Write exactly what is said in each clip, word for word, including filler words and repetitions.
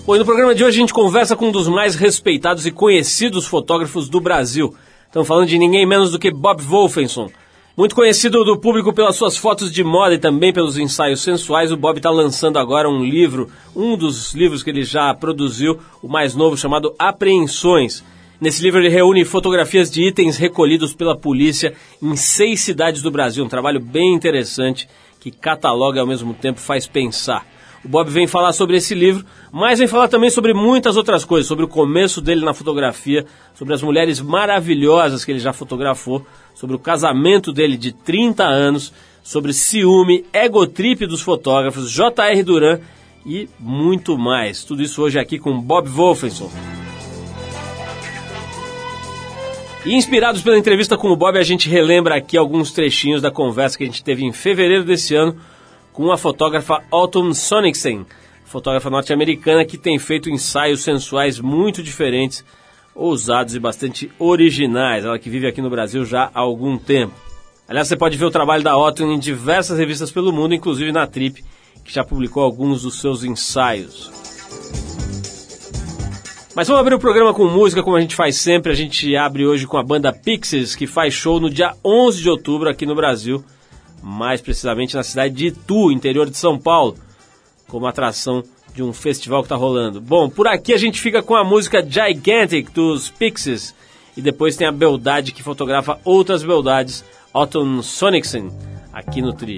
Bom, e no programa de hoje a gente conversa com um dos mais respeitados e conhecidos fotógrafos do Brasil. Estamos falando de ninguém menos do que Bob Wolfenson. Muito conhecido do público pelas suas fotos de moda e também pelos ensaios sensuais, o Bob está lançando agora um livro, um dos livros que ele já produziu, o mais novo, chamado Apreensões. Nesse livro ele reúne fotografias de itens recolhidos pela polícia em seis cidades do Brasil. Um trabalho bem interessante que cataloga e ao mesmo tempo faz pensar. O Bob vem falar sobre esse livro, mas vem falar também sobre muitas outras coisas, sobre o começo dele na fotografia, sobre as mulheres maravilhosas que ele já fotografou, sobre o casamento dele de trinta anos, sobre ciúme, egotrip dos fotógrafos, J R Duran e muito mais. Tudo isso hoje aqui com Bob Wolfenson. E inspirados pela entrevista com o Bob, a gente relembra aqui alguns trechinhos da conversa que a gente teve em fevereiro desse ano com a fotógrafa Autumn Sonicsen, fotógrafa norte-americana que tem feito ensaios sensuais muito diferentes, ousados e bastante originais. Ela que vive aqui no Brasil já há algum tempo. Aliás, você pode ver o trabalho da Autumn em diversas revistas pelo mundo, inclusive na Trip, que já publicou alguns dos seus ensaios. Mas vamos abrir o programa com música, como a gente faz sempre. A gente abre hoje com a banda Pixies, que faz show no dia onze de outubro aqui no Brasil, mais precisamente na cidade de Itu, interior de São Paulo, como atração de um festival que está rolando. Bom, por aqui a gente fica com a música Gigantic dos Pixies, e depois tem a beldade que fotografa outras beldades, Autumn Sonicsen, aqui no Trip.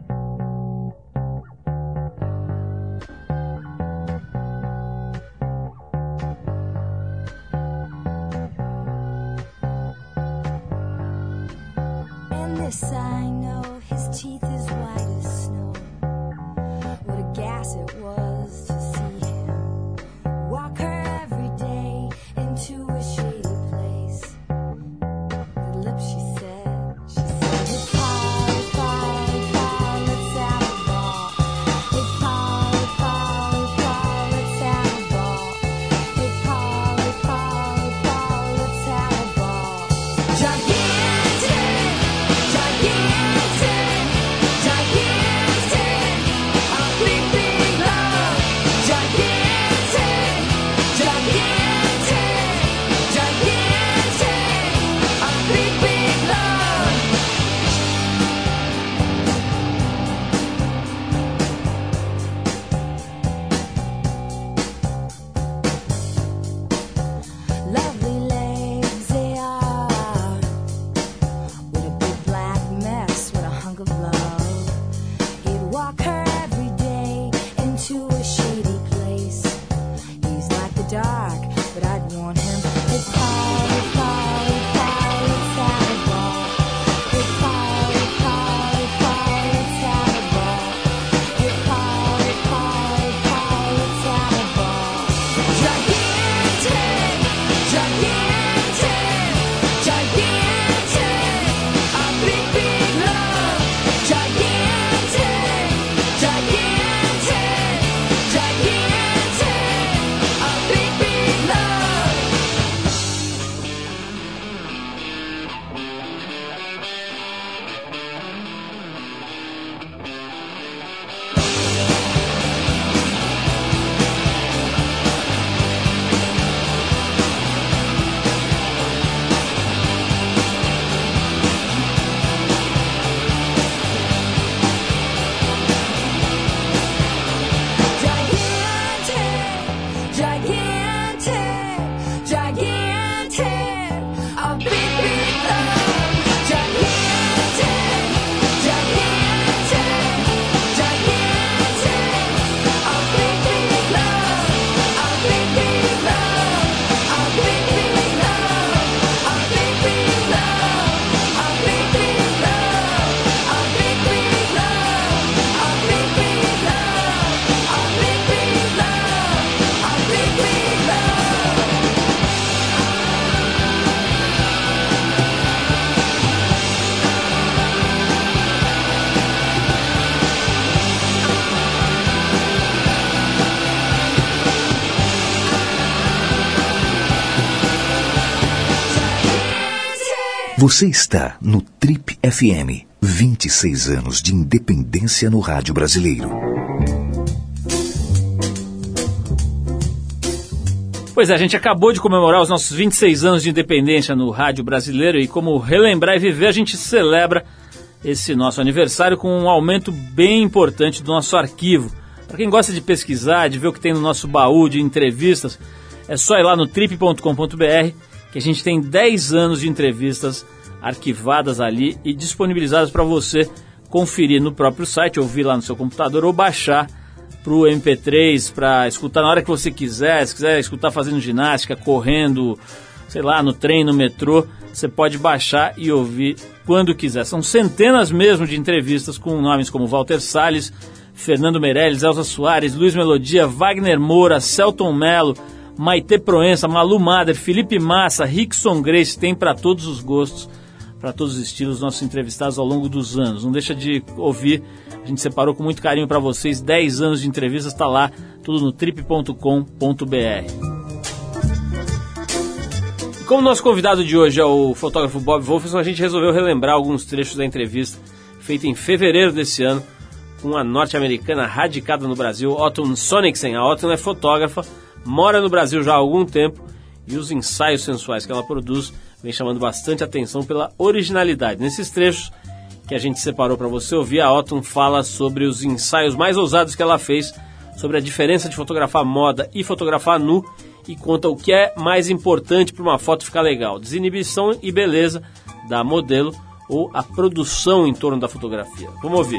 I know his teeth as white as snow. What a gas it was to see him walk her every day into a shady place. The lips she said, she said, hey Polly, Polly, Polly, let's have a ball. Hey Polly, Polly, Polly, let's have a ball. Hey Polly, Polly, Polly, let's have a ball. Gigantic. Você está no Trip F M, vinte e seis anos de independência no rádio brasileiro. Pois é, a gente acabou de comemorar os nossos vinte e seis anos de independência no rádio brasileiro e como relembrar e viver, a gente celebra esse nosso aniversário com um aumento bem importante do nosso arquivo. Para quem gosta de pesquisar, de ver o que tem no nosso baú de entrevistas, é só ir lá no trip ponto com ponto b r que a gente tem dez anos de entrevistas arquivadas ali e disponibilizadas para você conferir no próprio site, ouvir lá no seu computador ou baixar para o M P três, para escutar na hora que você quiser. Se quiser escutar fazendo ginástica, correndo, sei lá, no trem, no metrô, você pode baixar e ouvir quando quiser. São centenas mesmo de entrevistas com nomes como Walter Salles, Fernando Meirelles, Elza Soares, Luiz Melodia, Wagner Moura, Celton Mello, Maitê Proença, Malu Mader, Felipe Massa, Rickson Grace. Tem para todos os gostos, para todos os estilos, nossos entrevistados ao longo dos anos. Não deixa de ouvir, a gente separou com muito carinho para vocês, dez anos de entrevistas, está lá, tudo no trip ponto com ponto b r. E como nosso convidado de hoje é o fotógrafo Bob Wolfenson, a gente resolveu relembrar alguns trechos da entrevista feita em fevereiro desse ano com a norte-americana radicada no Brasil, Autumn Sonicsen. A Autumn é fotógrafa, mora no Brasil já há algum tempo e os ensaios sensuais que ela produz vem chamando bastante atenção pela originalidade. Nesses trechos que a gente separou para você ouvir, a Autumn fala sobre os ensaios mais ousados que ela fez, sobre a diferença de fotografar moda e fotografar nu, e conta o que é mais importante para uma foto ficar legal: desinibição e beleza da modelo ou a produção em torno da fotografia. Vamos ouvir.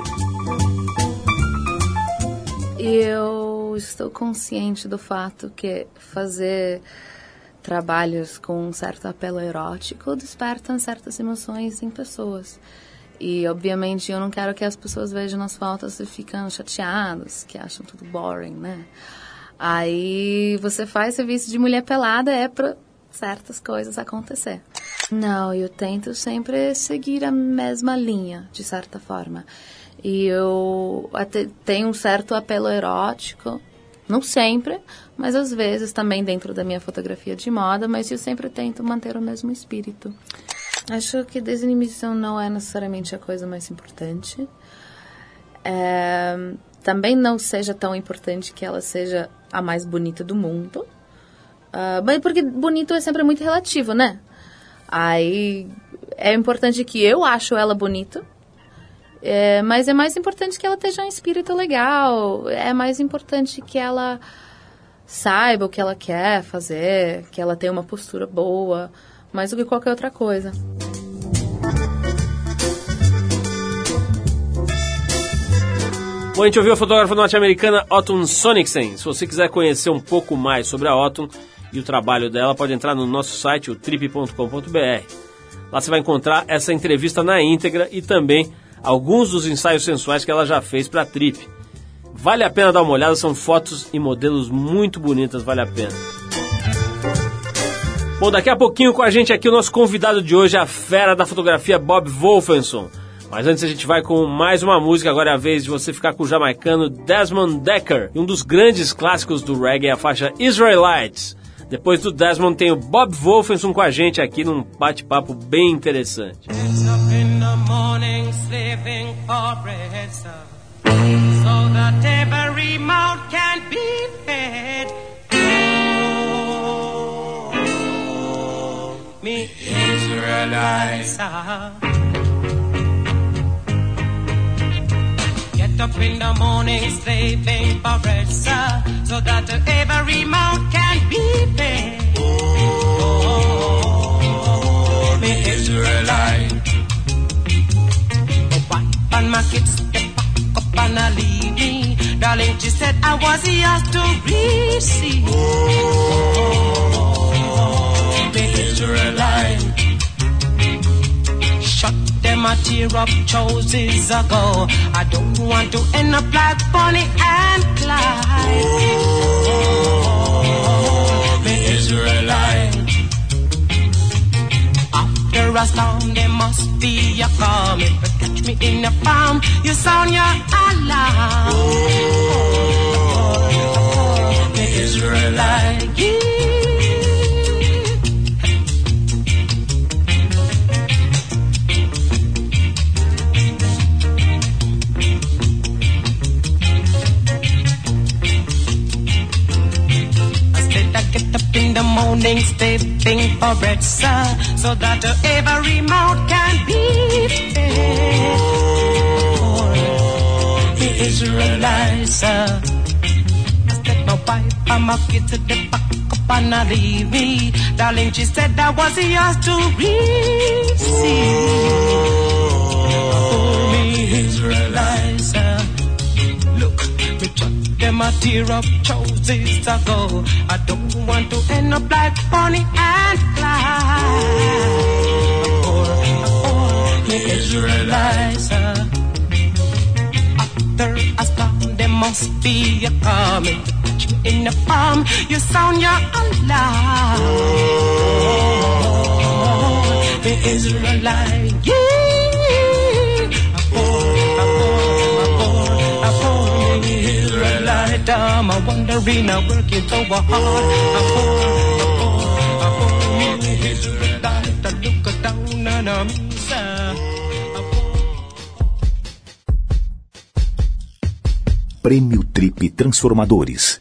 Eu estou consciente do fato que fazer trabalhos com um certo apelo erótico despertam certas emoções em pessoas. E, obviamente, eu não quero que as pessoas vejam nas fotos e ficam chateadas, que acham tudo boring, né? Aí você faz serviço de mulher pelada é para certas coisas acontecer. Não, eu tento sempre seguir a mesma linha, de certa forma. E eu até tenho um certo apelo erótico, não sempre, mas às vezes também dentro da minha fotografia de moda, mas eu sempre tento manter o mesmo espírito. Acho que desinibição não é necessariamente a coisa mais importante. É, também não seja tão importante que ela seja a mais bonita do mundo. Uh, porque bonito é sempre muito relativo, né? Aí é importante que eu acho ela bonita. É, mas é mais importante que ela esteja um espírito legal, é mais importante que ela saiba o que ela quer fazer, que ela tenha uma postura boa, mais do que qualquer outra coisa. Bom, a gente ouviu a fotógrafa norte-americana Autumn Sonicsen. Se você quiser conhecer um pouco mais sobre a Autumn e o trabalho dela, pode entrar no nosso site, o trip ponto com ponto b r. Lá você vai encontrar essa entrevista na íntegra e também alguns dos ensaios sensuais que ela já fez para a Trip. Vale a pena dar uma olhada, são fotos e modelos muito bonitas, vale a pena. Bom, daqui a pouquinho com a gente aqui o nosso convidado de hoje, a fera da fotografia Bob Wolfenson. Mas antes a gente vai com mais uma música, agora é a vez de você ficar com o jamaicano Desmond Dekker, e um dos grandes clássicos do reggae, a faixa Israelites. Depois do Desmond tem o Bob Wolfenson com a gente aqui num bate-papo bem interessante. So that every mouth can be fed. Oh, me Israelites. Get up in the morning, slaving for bread, sir, so that every mouth can be fed. Oh, me Israelite. Oh, wife and my kids. And I leave me, darling, she said I was yours to receive. Oh, the Israelite. Shut them a tear up choices ago. I don't want to end up like Bonnie and Clyde. Oh, the Israelite. After a storm, there must be a calm. If you catch me in a farm, you sound your alarm. Oh, the Israelite. I said I get up in the morning stepping for bread, sir, so that every mouth can be fed. Oh, the Israelites, sir. I said my wife, I'ma get to the back up and I leave me. Darling, she said that was yours to receive. Oh, me Israelites, sir. Look, me chuck them a tear up choices to go. I don't want to end up like Bonnie and Clyde. Oh, oh, me Israelites, sir. After I stop, there must be a coming to put you in the palm. You sound your alarm. Oh, the Israelite, yeah. Israelite, I'm a wandering, I'm working so hard. I'm the Israelite, look down on me, sir. Prêmio Trip Transformadores.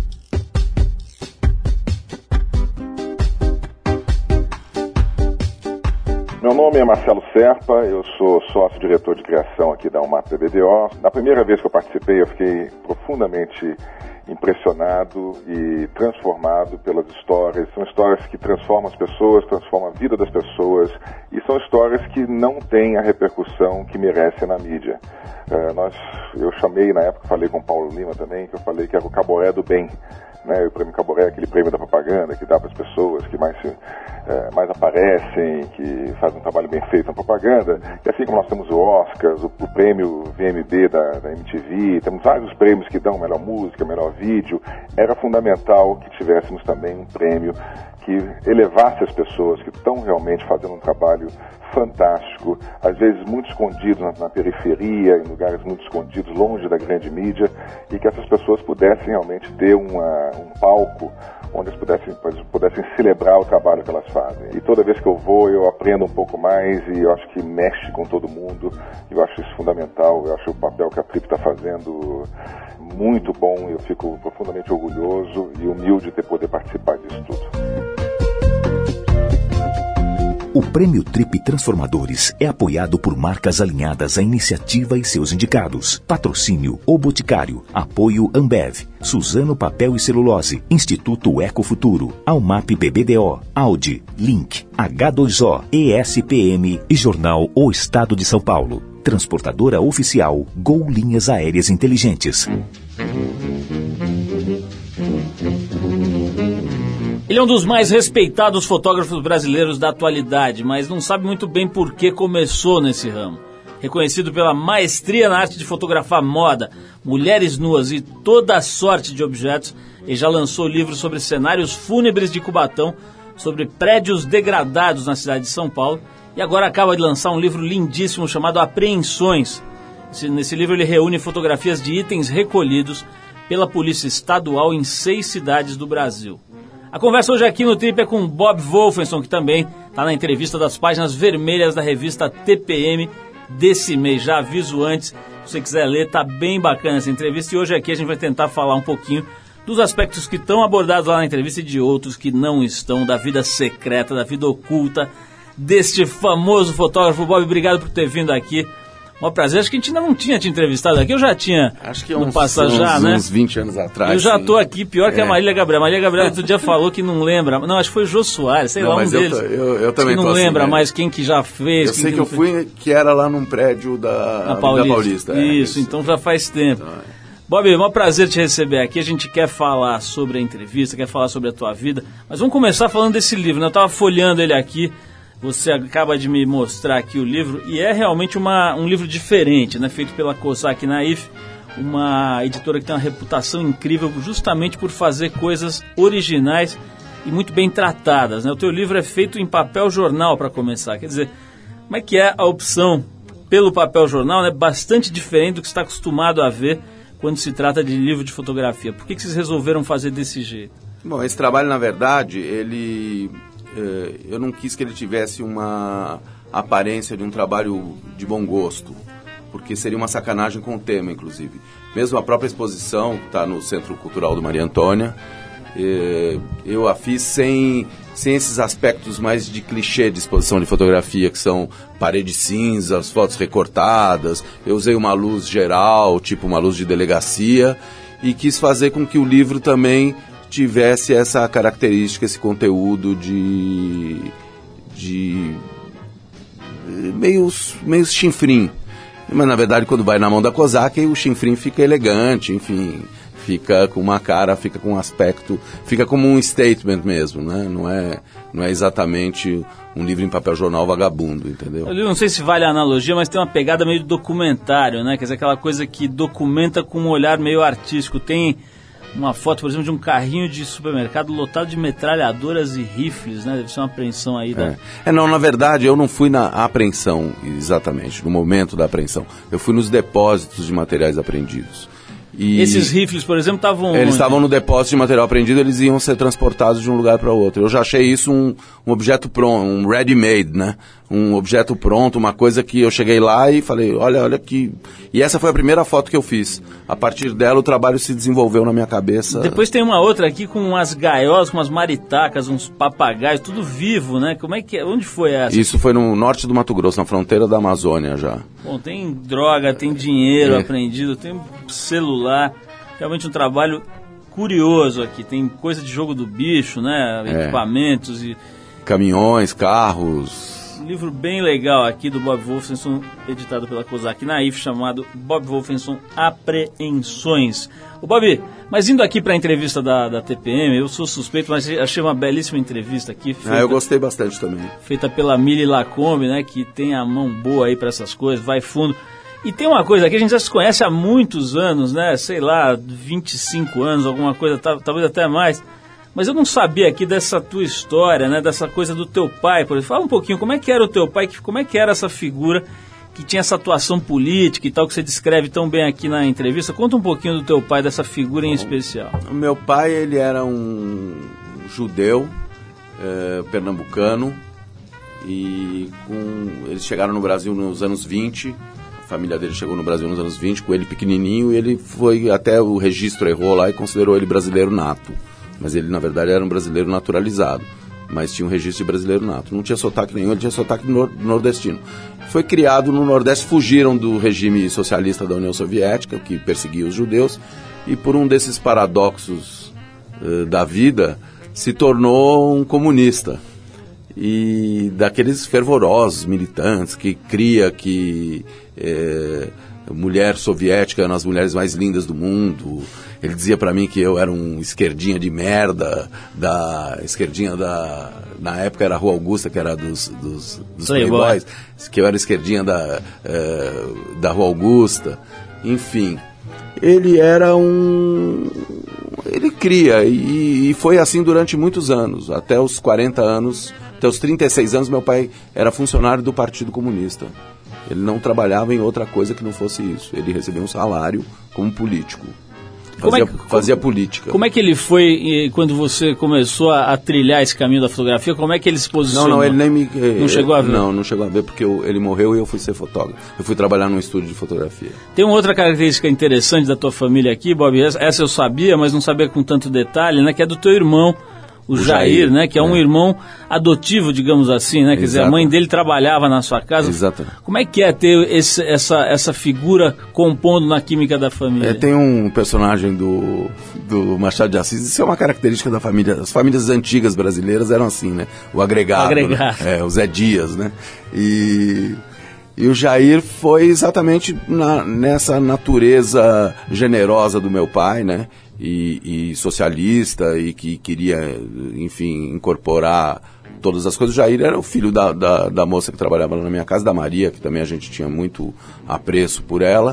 Meu nome é Marcelo Serpa, eu sou sócio-diretor de criação aqui da UMAP B B D O. Na primeira vez que eu participei, eu fiquei profundamente impressionado e transformado pelas histórias. São histórias que transformam as pessoas, transformam a vida das pessoas e são histórias que não têm a repercussão que merecem na mídia. Uh, nós, eu chamei, na época, falei com o Paulo Lima também, que eu falei que era o Caboré do bem. Né? O prêmio Caboré é aquele prêmio da propaganda que dá para as pessoas que mais, se, é, mais aparecem, que fazem um trabalho bem feito na propaganda. E assim como nós temos o Oscar, o, o prêmio V M B da, da M T V, temos vários prêmios que dão melhor música, melhor vídeo, era fundamental que tivéssemos também um prêmio que elevasse as pessoas que estão realmente fazendo um trabalho fantástico, às vezes muito escondidos na, na periferia, em lugares muito escondidos, longe da grande mídia, e que essas pessoas pudessem realmente ter uma, um palco onde eles pudessem, pudessem celebrar o trabalho que elas fazem. E toda vez que eu vou, eu aprendo um pouco mais e eu acho que mexe com todo mundo. Eu acho isso fundamental, eu acho o papel que a Trip está fazendo muito bom, eu fico profundamente orgulhoso e humilde de ter poder participar disso tudo. O Prêmio Trip Transformadores é apoiado por marcas alinhadas à iniciativa e seus indicados. Patrocínio O Boticário, apoio Ambev, Suzano Papel e Celulose, Instituto Ecofuturo, Almap B B D O, Audi, Link, H dois O, E S P M e Jornal O Estado de São Paulo. Transportadora oficial Gol Linhas Aéreas Inteligentes. Ele é um dos mais respeitados fotógrafos brasileiros da atualidade, mas não sabe muito bem por que começou nesse ramo. Reconhecido pela maestria na arte de fotografar moda, mulheres nuas e toda a sorte de objetos, ele já lançou livros sobre cenários fúnebres de Cubatão, sobre prédios degradados na cidade de São Paulo, e agora acaba de lançar um livro lindíssimo chamado Apreensões. Nesse livro ele reúne fotografias de itens recolhidos pela Polícia Estadual em seis cidades do Brasil. A conversa hoje aqui no Trip é com Bob Wolfenson, que também está na entrevista das páginas vermelhas da revista T P M desse mês. Já aviso antes, se você quiser ler, tá bem bacana essa entrevista. E hoje aqui a gente vai tentar falar um pouquinho dos aspectos que estão abordados lá na entrevista e de outros que não estão, da vida secreta, da vida oculta deste famoso fotógrafo. Bob, obrigado por ter vindo aqui. Um prazer, acho que a gente ainda não tinha te entrevistado aqui, eu já tinha acho que no uns, passado uns, já, né? uns vinte anos atrás. Eu já sim. tô aqui, pior que é. a Marília Gabriela. A Marília Gabriela outro dia falou que não lembra, não, acho que foi o Jô Soares, sei não, lá, um mas deles. Eu, tô, eu, eu também que não tô lembra assim, mais quem que já fez. Eu sei que, que eu fui, fez. que era lá num prédio da, Na Paulista. da Paulista. Isso, é, isso, então já faz tempo. Então, é. Bob, é um prazer te receber aqui. A gente quer falar sobre a entrevista, quer falar sobre a tua vida, mas vamos começar falando desse livro, né? Eu tava folheando ele aqui. Você acaba de me mostrar aqui o livro e é realmente uma, um livro diferente, né? Feito pela Cossack Naif, uma editora que tem uma reputação incrível justamente por fazer coisas originais e muito bem tratadas, né? O teu livro é feito em papel jornal para começar, quer dizer, como é que é a opção pelo papel jornal, né? Bastante diferente do que você está acostumado a ver quando se trata de livro de fotografia. Por que, que vocês resolveram fazer desse jeito? Bom, esse trabalho, na verdade, ele... eu não quis que ele tivesse uma aparência de um trabalho de bom gosto, porque seria uma sacanagem com o tema, inclusive. Mesmo a própria exposição, que está no Centro Cultural do Maria Antônia, eh, eu a fiz sem, sem esses aspectos mais de clichê de exposição de fotografia, que são paredes cinzas, fotos recortadas. Eu usei uma luz geral, tipo uma luz de delegacia, e quis fazer com que o livro também tivesse essa característica, esse conteúdo de, de meio, meio chinfrim. Mas, na verdade, quando vai na mão da Kozak, o chinfrim fica elegante, enfim, fica com uma cara, fica com um aspecto, fica como um statement mesmo, né? Não é, não é exatamente um livro em papel jornal vagabundo, entendeu? Eu não sei se vale a analogia, mas tem uma pegada meio de documentário, né? Quer dizer, aquela coisa que documenta com um olhar meio artístico. Tem uma foto, por exemplo, de um carrinho de supermercado lotado de metralhadoras e rifles, né? Deve ser uma apreensão aí da... É. é, não, na verdade, eu não fui na apreensão, exatamente, no momento da apreensão. Eu fui nos depósitos de materiais apreendidos. E esses rifles, por exemplo, estavam... Eles estavam no depósito de material apreendido, eles iam ser transportados de um lugar para outro. Eu já achei isso um, um objeto pronto, um ready-made, né? Um objeto pronto, uma coisa que eu cheguei lá e falei, olha, olha que... E essa foi a primeira foto que eu fiz. A partir dela, o trabalho se desenvolveu na minha cabeça. Depois tem uma outra aqui com umas gaiolas, com umas maritacas, uns papagaios, tudo vivo, né? Como é que é? Onde foi essa? Isso foi no norte do Mato Grosso, na fronteira da Amazônia já. Bom, tem droga, tem dinheiro é. apreendido, tem celular. Realmente um trabalho curioso aqui. Tem coisa de jogo do bicho, né? É. Equipamentos e... caminhões, carros... Um livro bem legal aqui do Bob Wolfenson, editado pela Kozak Naif, chamado Bob Wolfenson Apreensões. O Bob, mas indo aqui para a entrevista da, da T P M, eu sou suspeito, mas achei uma belíssima entrevista aqui. Feita, ah, eu gostei bastante também. Feita pela Mili Lacombe, né, que tem a mão boa aí para essas coisas, vai fundo. E tem uma coisa aqui, a gente já se conhece há muitos anos, né, sei lá, vinte e cinco anos, alguma coisa, talvez até mais. Mas eu não sabia aqui dessa tua história, né? Dessa coisa do teu pai. Por exemplo. Fala um pouquinho, como é que era o teu pai, como é que era essa figura que tinha essa atuação política e tal, que você descreve tão bem aqui na entrevista. Conta um pouquinho do teu pai, dessa figura em especial. O meu pai, ele era um judeu, é, pernambucano, e com, eles chegaram no Brasil nos anos vinte, a família dele chegou no Brasil nos anos vinte, com ele pequenininho, e ele foi, até o registro errou lá e considerou ele brasileiro nato. Mas ele, na verdade, era um brasileiro naturalizado, mas tinha um registro de brasileiro nato. Não tinha sotaque nenhum, ele tinha sotaque nor- nordestino. Foi criado no Nordeste, fugiram do regime socialista da União Soviética, que perseguia os judeus, e por um desses paradoxos uh, da vida, se tornou um comunista. E daqueles fervorosos militantes que cria que eh, mulher soviética eram as mulheres mais lindas do mundo. Ele dizia pra mim que eu era um esquerdinha de merda, da esquerdinha da... Na época era a Rua Augusta, que era dos, dos, dos Playboys, que eu era esquerdinha da, eh, da Rua Augusta. Enfim, ele era um... Ele cria, e, e foi assim durante muitos anos, até os quarenta anos, até os trinta e seis anos, meu pai era funcionário do Partido Comunista. Ele não trabalhava em outra coisa que não fosse isso. Ele recebia um salário como político. Fazia, como é que, fazia como, política. Como é que ele foi, quando você começou a, a trilhar esse caminho da fotografia, como é que ele se posicionou? Não, não, ele nem me... Não chegou a ver? Não, não chegou a ver, porque eu, ele morreu e eu fui ser fotógrafo. Eu fui trabalhar num estúdio de fotografia. Tem uma outra característica interessante da tua família aqui, Bob, essa eu sabia, mas não sabia com tanto detalhe, né, que é do teu irmão, o, o Jair, Jair, né, que é, é um irmão adotivo, digamos assim, né, quer Exato. dizer, a mãe dele trabalhava na sua casa. Exato. Como é que é ter esse, essa, essa figura compondo na química da família? É, tem um personagem do, do Machado de Assis, isso é uma característica da família, as famílias antigas brasileiras eram assim, né, o agregado, agregado. Né? É, o Zé Dias, né, e... E o Jair foi exatamente na, nessa natureza generosa do meu pai, né? E, e socialista, e que queria, enfim, incorporar todas as coisas. O Jair era o filho da, da, da moça que trabalhava lá na minha casa, da Maria, que também a gente tinha muito apreço por ela.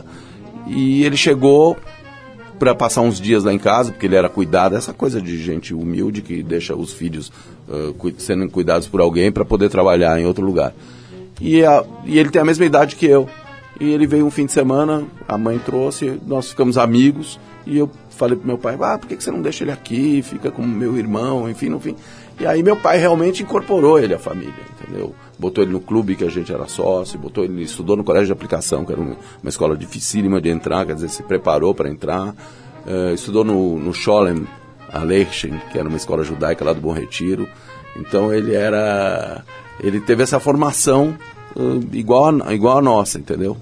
E ele chegou para passar uns dias lá em casa, porque ele era cuidado, essa coisa de gente humilde que deixa os filhos uh, cu- sendo cuidados por alguém para poder trabalhar em outro lugar. E, a, e ele tem a mesma idade que eu. E ele veio um fim de semana, a mãe trouxe, nós ficamos amigos, e eu falei pro meu pai, ah, por que, que você não deixa ele aqui, fica com meu irmão, enfim, no fim. E aí meu pai realmente incorporou ele à família, entendeu? Botou ele no clube que a gente era sócio, botou ele, estudou no colégio de aplicação, que era uma, uma escola dificílima de entrar, quer dizer, se preparou para entrar, uh, estudou no, no Scholem, a Leichen, que era uma escola judaica lá do Bom Retiro. Então ele era, ele teve essa formação uh, igual, a, igual a nossa, entendeu?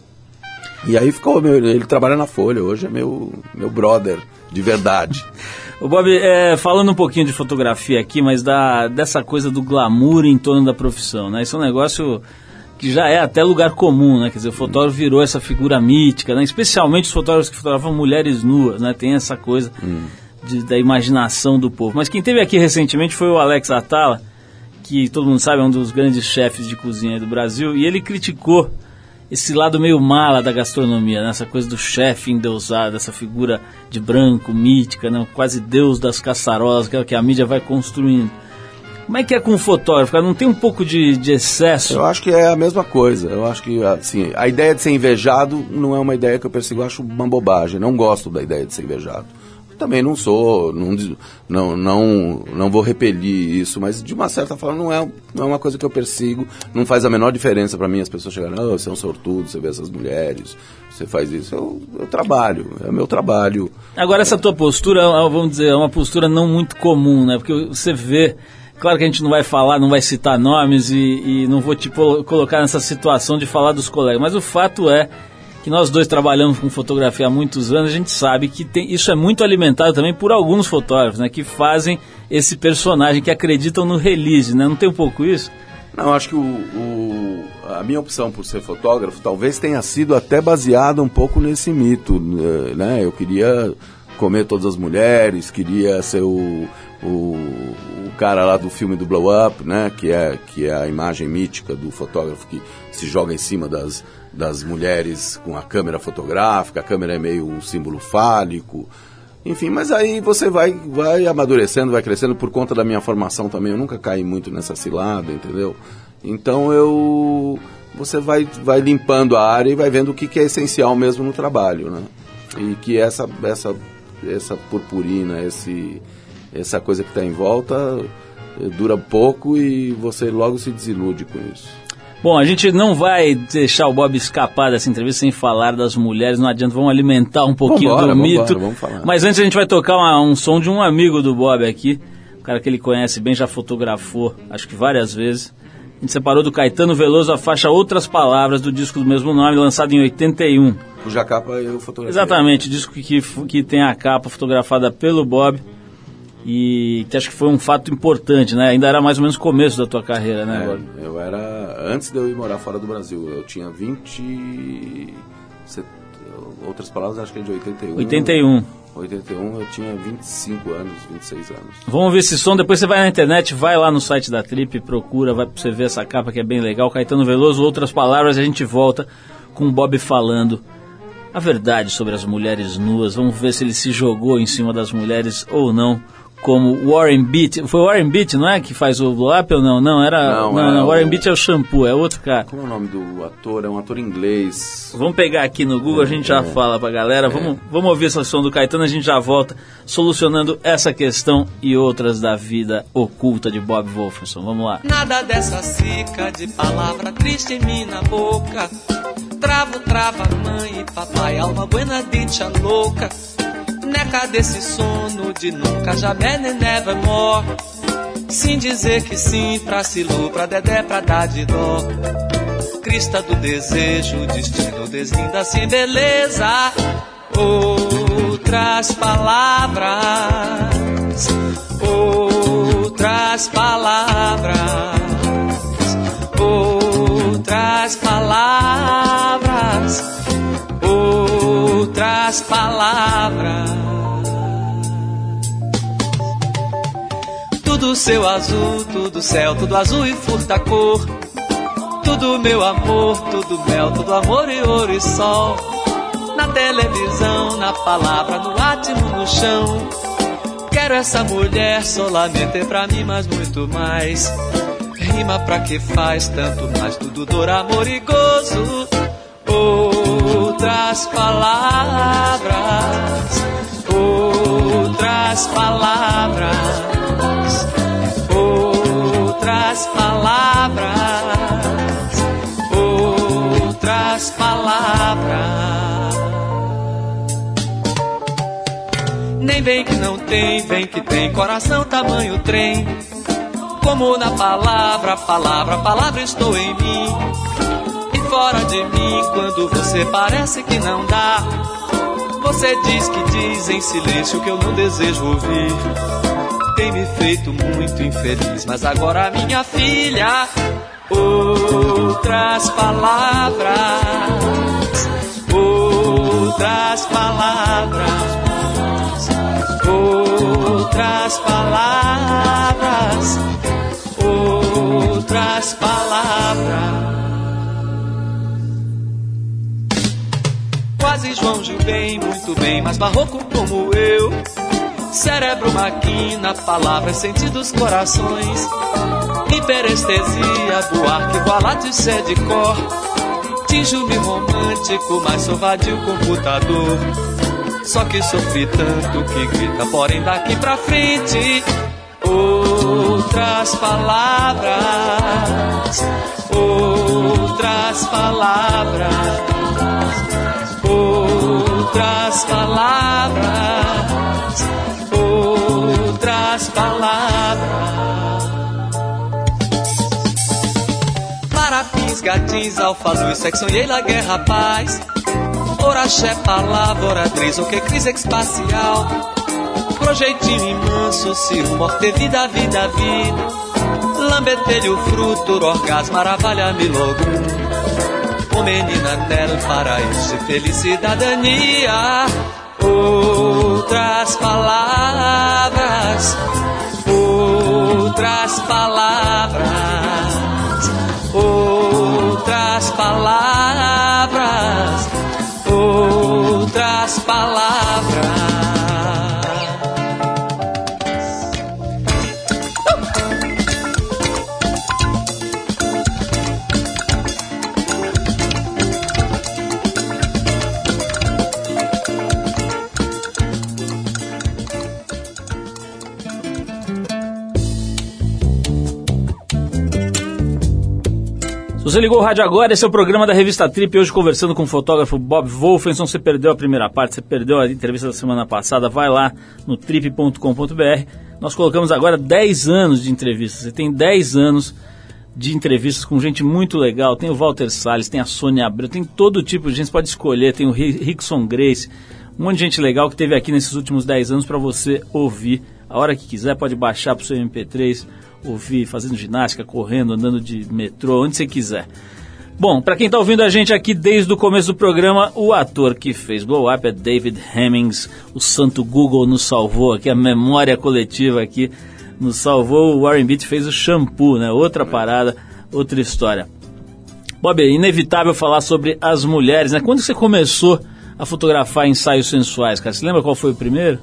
E aí ficou, meu, ele trabalha na Folha, hoje é meu, meu brother de verdade. O Bob, é, falando um pouquinho de fotografia aqui, mas da, dessa coisa do glamour em torno da profissão, né? Isso é um negócio que já é até lugar comum, né? Quer dizer, o fotógrafo virou essa figura mítica, né? Especialmente os fotógrafos que fotografam mulheres nuas, né? Tem essa coisa hum. de, da imaginação do povo. Mas quem esteve aqui recentemente foi o Alex Atala, que todo mundo sabe é um dos grandes chefes de cozinha do Brasil, e ele criticou esse lado meio mala da gastronomia, né? Essa coisa do chefe endeusado, essa figura de branco, mítica, né? Quase deus das caçarolas, que é o que a mídia vai construindo. Como é que é com o fotógrafo, cara? Não tem um pouco de, de excesso? Eu acho que é a mesma coisa. Eu acho que, assim, a ideia de ser invejado não é uma ideia que eu persigo. Eu acho uma bobagem. Não gosto da ideia de ser invejado. Também não sou, não, não, não, não vou repelir isso, mas de uma certa forma não é, não é uma coisa que eu persigo. Não faz a menor diferença para mim as pessoas chegarem, oh, você é um sortudo, você vê essas mulheres, você faz isso. Eu, eu trabalho, é meu trabalho. Agora, essa tua postura, vamos dizer, é uma postura não muito comum, né? Porque você vê... Claro que a gente não vai falar, não vai citar nomes e, e não vou te colocar nessa situação de falar dos colegas, mas o fato é que nós dois trabalhamos com fotografia há muitos anos, a gente sabe que tem, isso é muito alimentado também por alguns fotógrafos, né, que fazem esse personagem, que acreditam no release, né? Não tem um pouco isso? Não, acho que o, o, a minha opção por ser fotógrafo talvez tenha sido até baseada um pouco nesse mito, né? Eu queria comer todas as mulheres, queria ser o... O, o cara lá do filme do Blow Up, né, que é, que é a imagem mítica do fotógrafo que se joga em cima das, das mulheres com a câmera fotográfica, a câmera é meio um símbolo fálico, enfim, mas aí você vai, vai amadurecendo, vai crescendo. Por conta da minha formação também, eu nunca caí muito nessa cilada, entendeu? Então eu, você vai, vai limpando a área e vai vendo o que, que é essencial mesmo no trabalho, né, e que essa, essa, essa purpurina, esse... essa coisa que está em volta dura pouco e você logo se desilude com isso. Bom, a gente não vai deixar o Bob escapar dessa entrevista sem falar das mulheres, não adianta, vamos alimentar um pouquinho vambora, do vambora, mito. Vamos falar. Mas antes a gente vai tocar uma, um som de um amigo do Bob aqui, um cara que ele conhece bem, já fotografou, acho que várias vezes. A gente separou do Caetano Veloso a faixa Outras Palavras, do disco do mesmo nome, lançado em oitenta e um. Cuja capa eu fotografei. Exatamente, disco que, que, que tem a capa fotografada pelo Bob. E que acho que foi um fato importante, né? Ainda era mais ou menos o começo da tua carreira, né? É, Bob? Eu era... Antes de eu ir morar fora do Brasil, eu tinha vinte... Outras palavras, acho que é de oitenta e um. oitenta e um. oitenta e um, eu tinha vinte e cinco anos, vinte e seis anos. Vamos ver esse som, depois você vai na internet, vai lá no site da Trip, procura, vai pra você ver essa capa que é bem legal. Caetano Veloso, Outras Palavras, a gente volta com o Bob falando a verdade sobre as mulheres nuas. Vamos ver se ele se jogou em cima das mulheres ou não, como Warren Beatty. Foi o Warren Beatty, não é? Que faz o Blow Up ou não? Não, era... Não, não, é não o... Warren Beatty é o shampoo, é outro cara. Como é o nome do ator? É um ator inglês. Vamos pegar aqui no Google, a gente já é. fala pra galera. É. Vamos, vamos ouvir essa som do Caetano, a gente já volta solucionando essa questão e outras da vida oculta de Bob Wolferson. Vamos lá. Nada dessa cica de palavra triste em mim na boca. Travo, trava, mãe e papai, alma buena, dicha louca. Neca desse sono de nunca, jamais nem nevermore. Sim dizer que sim pra Silu, pra Dedé, pra dar de dó. Crista do desejo, destino deslinda sem beleza. Outras palavras, outras palavras, outras palavras, outras palavras. Tudo seu azul, tudo céu, tudo azul e furta cor. Tudo meu amor, tudo mel, tudo amor e ouro e sol. Na televisão, na palavra, no átimo, no chão. Quero essa mulher solamente pra mim, mas muito mais. Rima pra que faz tanto mais, tudo dor, amor e gozo. Outras palavras, outras palavras, outras palavras, outras palavras. Nem vem que não tem, vem que tem coração tamanho trem. Como na palavra, palavra, palavra estou em mim. E fora de mim, quando você parece que não dá, você diz que diz em silêncio que eu não desejo ouvir. Tem me feito muito infeliz, mas agora minha filha, outras palavras, outras palavras, outras palavras, outras palavras. Quase João Gil bem, muito bem, mas barroco como eu. Cérebro, máquina, palavras, sentidos, corações. Hiperestesia, Buarque, Gualaticé de cor. Tinjo-me romântico, mas sou vadio computador. Só que sofri tanto que grita, porém daqui pra frente. Outras palavras, outras palavras, outras palavras, outras palavras. Marapins, gatins, alfa-luz, sexo e la guerra, paz. Oraxé, palavra, oratriz, o que crise espacial. Projeitinho imenso, cirro, morte, vida, vida, vida. Lambetelho, fruto, orgasmo, maravilha, milogro. Ô menina, terra, paraíso, felicidadania. Outras palavras, outras palavras, outras palavras, outras palavras. Você ligou o rádio agora, esse é o programa da Revista Trip, hoje conversando com o fotógrafo Bob Wolfenson. Você perdeu a primeira parte, você perdeu a entrevista da semana passada, vai lá no trip ponto com ponto b r. Nós colocamos agora dez anos de entrevistas, você tem dez anos de entrevistas com gente muito legal, tem o Walter Salles, tem a Sônia Abreu, tem todo tipo de gente, você pode escolher, tem o Rickson Grace, um monte de gente legal que teve aqui nesses últimos dez anos para você ouvir a hora que quiser, pode baixar para o seu M P três, ouvir fazendo ginástica, correndo, andando de metrô, onde você quiser. Bom, para quem está ouvindo a gente aqui desde o começo do programa, o ator que fez Blow Up é David Hemmings. O santo Google nos salvou aqui, a memória coletiva aqui nos salvou. O Warren Beatty fez o Shampoo, né? Outra parada, outra história. Bob, é inevitável falar sobre as mulheres, né? Quando você começou a fotografar ensaios sensuais, cara? Você lembra qual foi o primeiro?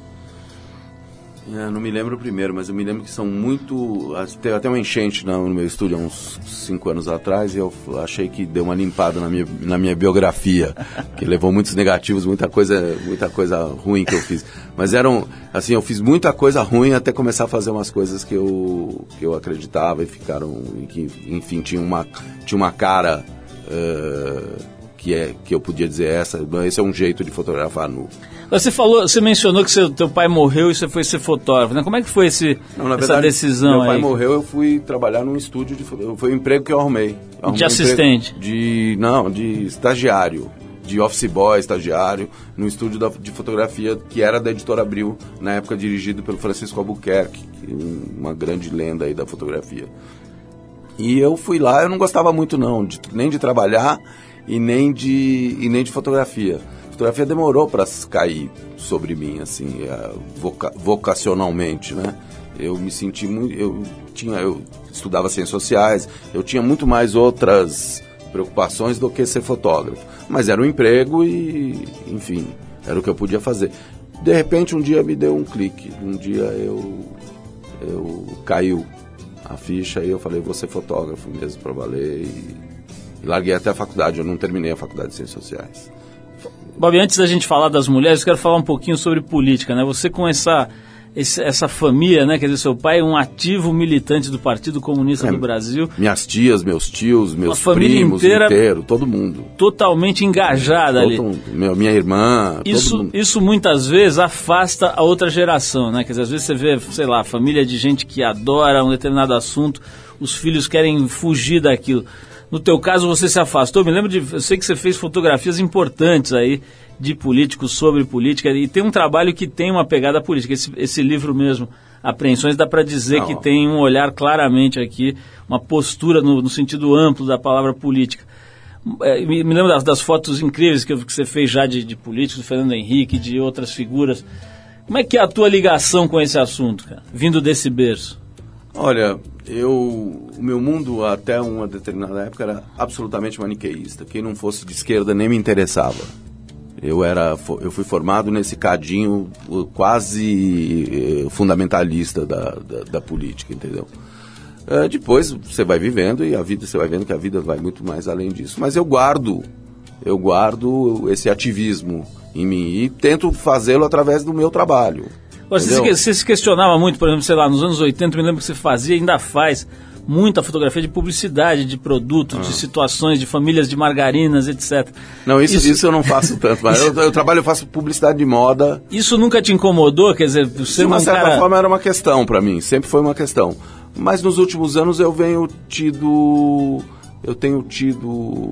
Eu não me lembro o primeiro, mas eu me lembro que são muito... Teve até uma enchente no meu estúdio há uns cinco anos atrás e eu achei que deu uma limpada na minha, na minha biografia, que levou muitos negativos, muita coisa, muita coisa ruim que eu fiz. Mas eram... Assim, eu fiz muita coisa ruim até começar a fazer umas coisas que eu, que eu acreditava e ficaram... E que, enfim, tinha uma, tinha uma cara... Uh, que, é, que eu podia dizer essa, esse é um jeito de fotografar nu. Você falou, você mencionou que seu teu pai morreu e você foi ser fotógrafo, né? Como é que foi esse, não, na essa verdade, decisão aí? Meu pai aí? morreu, eu fui trabalhar num estúdio de fotografia. Foi um emprego que eu arrumei. Eu arrumei de assistente? Um de, não, de estagiário, de office boy, estagiário, num estúdio da, de fotografia que era da Editora Abril, na época dirigido pelo Francisco Albuquerque, uma grande lenda aí da fotografia. E eu fui lá, eu não gostava muito não, de, nem de trabalhar e nem de, e nem de fotografia. A fotografia demorou para cair sobre mim, assim, voca, vocacionalmente, né? Eu me senti muito... Eu, tinha, eu estudava ciências sociais, eu tinha muito mais outras preocupações do que ser fotógrafo. Mas era um emprego e, enfim, era o que eu podia fazer. De repente, um dia me deu um clique. Um dia eu, eu caiu a ficha e eu falei, vou ser fotógrafo mesmo para valer. E, e larguei até a faculdade, eu não terminei a faculdade de ciências sociais. Bob, antes da gente falar das mulheres, eu quero falar um pouquinho sobre política, né? Você com essa, esse, essa família, né? Quer dizer, seu pai é um ativo militante do Partido Comunista É, do Brasil. Minhas tias, meus tios, meus Uma família primos, inteira inteiro, todo mundo. Totalmente engajada ali. Todo mundo. Meu, minha irmã, Isso, todo mundo. isso muitas vezes afasta a outra geração, né? Quer dizer, às vezes você vê, sei lá, família de gente que adora um determinado assunto, os filhos querem fugir daquilo. No teu caso, você se afastou. Me lembro de... Eu sei que você fez fotografias importantes aí de políticos sobre política, e tem um trabalho que tem uma pegada política. Esse, esse livro mesmo, Apreensões, dá para dizer Não. que tem um olhar claramente aqui, uma postura no, no sentido amplo da palavra política. É, me, me lembro das, das fotos incríveis que, que você fez já de, de políticos, do Fernando Henrique, de outras figuras. Como é que é a tua ligação com esse assunto, cara, vindo desse berço? Olha, eu, o meu mundo até uma determinada época era absolutamente maniqueísta. Quem não fosse de esquerda nem me interessava. Eu, era, eu fui formado nesse cadinho quase fundamentalista da, da, da política, entendeu? É, depois você vai vivendo e a vida, você vai vendo que a vida vai muito mais além disso. Mas eu guardo, eu guardo esse ativismo em mim e tento fazê-lo através do meu trabalho. Você se, você se questionava muito, por exemplo, sei lá, nos anos oitenta, me lembro que você fazia, ainda faz, muita fotografia de publicidade, de produtos, ah. de situações, de famílias de margarinas, etcétera. Não, isso, isso... isso eu não faço tanto, mas eu, eu trabalho, eu faço publicidade de moda. Isso nunca te incomodou? Quer dizer, você de uma um certa cara... forma era uma questão para mim, sempre foi uma questão. Mas nos últimos anos eu venho tido... Eu tenho tido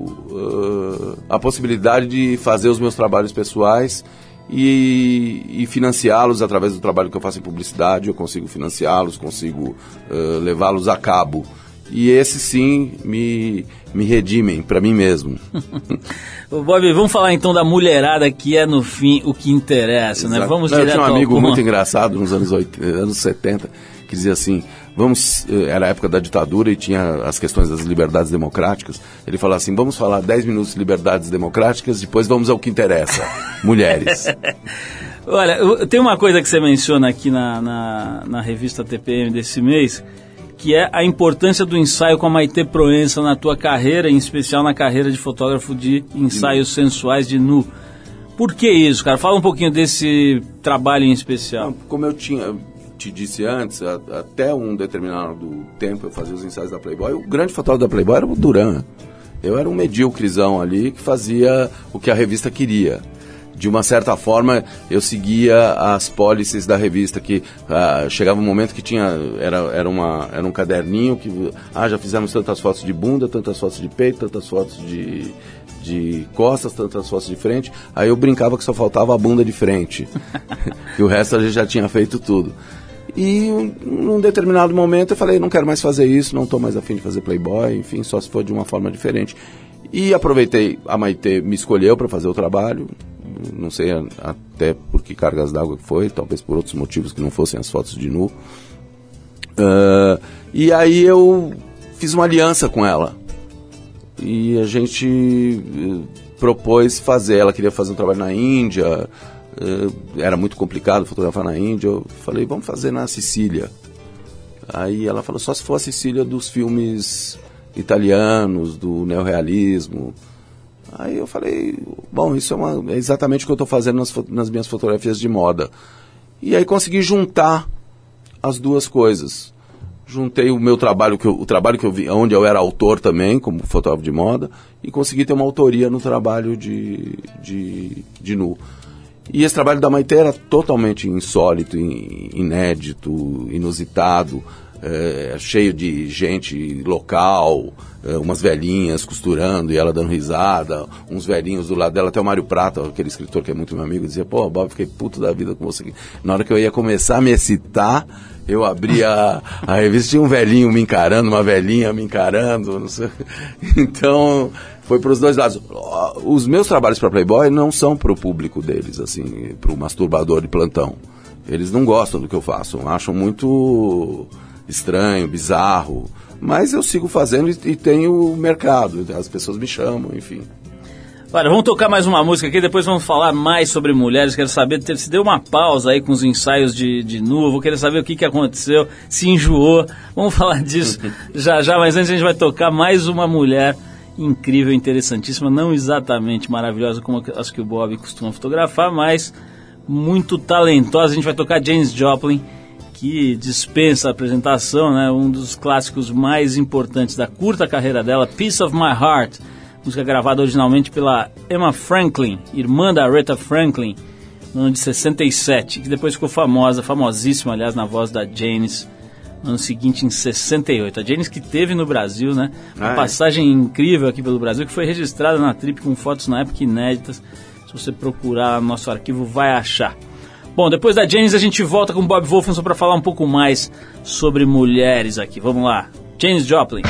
uh, a possibilidade de fazer os meus trabalhos pessoais e, e financiá-los através do trabalho que eu faço em publicidade. Eu consigo financiá-los, consigo uh, levá-los a cabo. E esses sim me, me redimem para mim mesmo. Bob, vamos falar então da mulherada, que é no fim o que interessa, né? Vamos Não, direto eu tinha um amigo ao... muito engraçado nos anos, oitenta, anos setenta, que dizia assim, vamos, era a época da ditadura e tinha as questões das liberdades democráticas. Ele falava assim, vamos falar dez minutos de liberdades democráticas, depois vamos ao que interessa, mulheres. Olha, tem uma coisa que você menciona aqui na, na, na revista T P M desse mês, que é a importância do ensaio com a Maitê Proença na tua carreira, em especial na carreira de fotógrafo de ensaios de sensuais de nu. Por que isso, cara? Fala um pouquinho desse trabalho em especial. Não, como eu tinha, te disse antes, a, até um determinado tempo eu fazia os ensaios da Playboy. O grande fotógrafo da Playboy era o Duran. Eu era um medíocrezão ali que fazia o que a revista queria. De uma certa forma, eu seguia as pólices da revista, que ah, chegava um momento que tinha, era, era, uma, era um caderninho que, ah, já fizemos tantas fotos de bunda, tantas fotos de peito, tantas fotos de, de costas, tantas fotos de frente. Aí eu brincava que só faltava a bunda de frente. E o resto a gente já tinha feito tudo. E num determinado momento eu falei, não quero mais fazer isso, não estou mais a fim de fazer Playboy, enfim, só se for de uma forma diferente. E aproveitei, a Maitê me escolheu para fazer o trabalho. Não sei até por que cargas d'água que foi, talvez por outros motivos que não fossem as fotos de nu. Uh, e aí eu fiz uma aliança com ela. E a gente uh, propôs fazer, ela queria fazer um trabalho na Índia, uh, era muito complicado fotografar na Índia. Eu falei, vamos fazer na Sicília. Aí ela falou, só se for a Sicília dos filmes italianos, do neorrealismo. Aí eu falei, bom, isso é, uma, é exatamente o que eu estou fazendo nas, nas minhas fotografias de moda. E aí consegui juntar as duas coisas. Juntei o meu trabalho, que eu, o trabalho que eu vi, onde eu era autor também, como fotógrafo de moda, e consegui ter uma autoria no trabalho de, de, de nu. E esse trabalho da Maitê era totalmente insólito, inédito, inusitado. É, cheio de gente local, é, umas velhinhas costurando e ela dando risada, uns velhinhos do lado dela, até o Mário Prata, aquele escritor que é muito meu amigo, dizia, pô, Bob, fiquei puto da vida com você. Na hora que eu ia começar a me excitar, eu abria a, a revista, tinha um velhinho me encarando, uma velhinha me encarando, não sei. Então, foi para os dois lados. Os meus trabalhos para Playboy não são para o público deles, assim, para o masturbador de plantão. Eles não gostam do que eu faço, acham muito estranho, bizarro, mas eu sigo fazendo e, e tenho mercado, as pessoas me chamam, enfim. Olha, vamos tocar mais uma música aqui, depois vamos falar mais sobre mulheres. Quero saber, se deu uma pausa aí com os ensaios de, de nu, vou querer saber o que, que aconteceu, se enjoou, vamos falar disso já já, mas antes a gente vai tocar mais uma mulher incrível, interessantíssima, não exatamente maravilhosa como as que o Bob costuma fotografar, mas muito talentosa. A gente vai tocar Janis Joplin, que dispensa a apresentação, né? Um dos clássicos mais importantes da curta carreira dela, Piece of My Heart, música gravada originalmente pela Emma Franklin, irmã da Aretha Franklin, no ano de sessenta e sete, que depois ficou famosa, famosíssima, aliás, na voz da Janis, no ano seguinte, em sessenta e oito. A Janis que teve no Brasil, né? Uma ah, passagem é. incrível aqui pelo Brasil, que foi registrada na Trip com fotos na época inéditas. Se você procurar no nosso arquivo, vai achar. Bom, depois da Janis, a gente volta com Bob Wolfenson para falar um pouco mais sobre mulheres aqui. Vamos lá. Janis Joplin.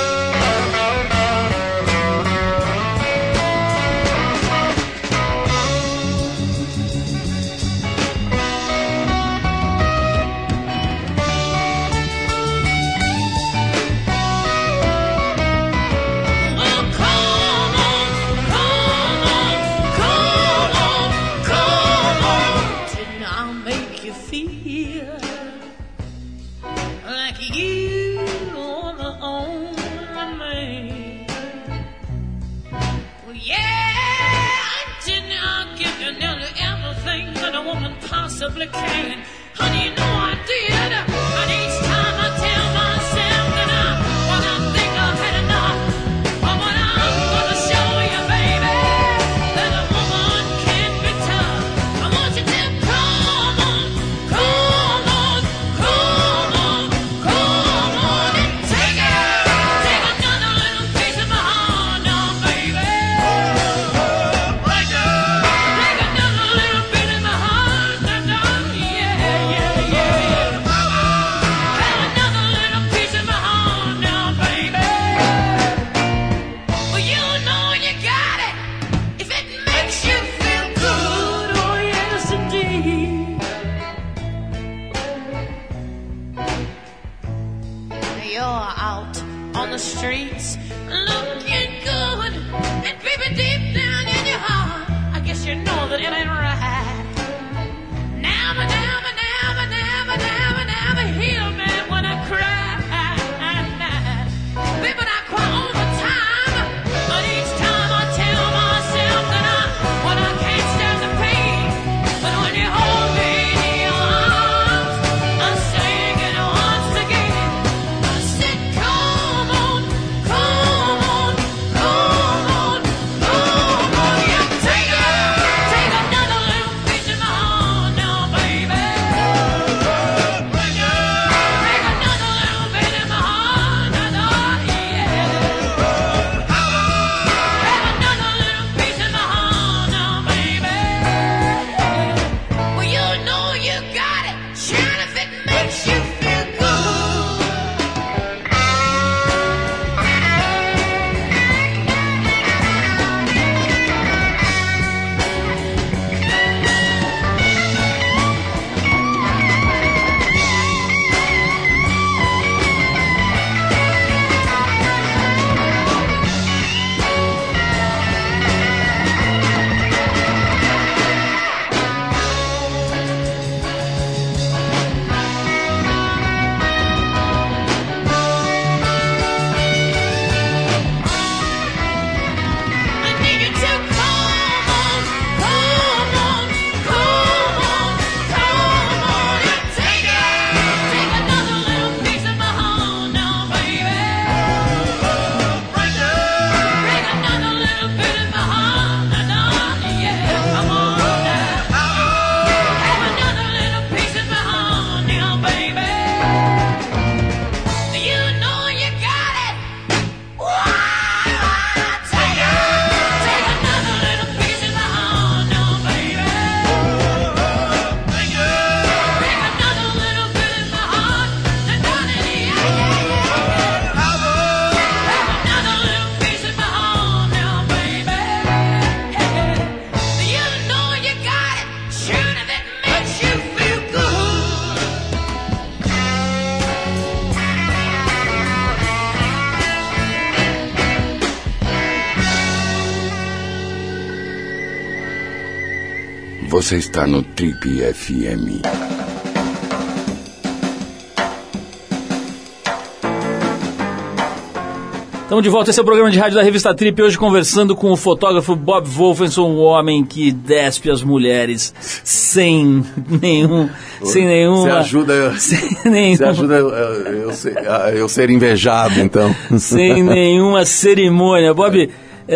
Você está no Trip F M. Estamos de volta, esse é o programa de rádio da Revista Trip, hoje conversando com o fotógrafo Bob Wolfenson, o homem que despe as mulheres sem nenhum... sem nenhuma... Você ajuda, sem nenhum, você ajuda eu, eu, ser, eu ser invejado, então. Sem nenhuma cerimônia. Bob,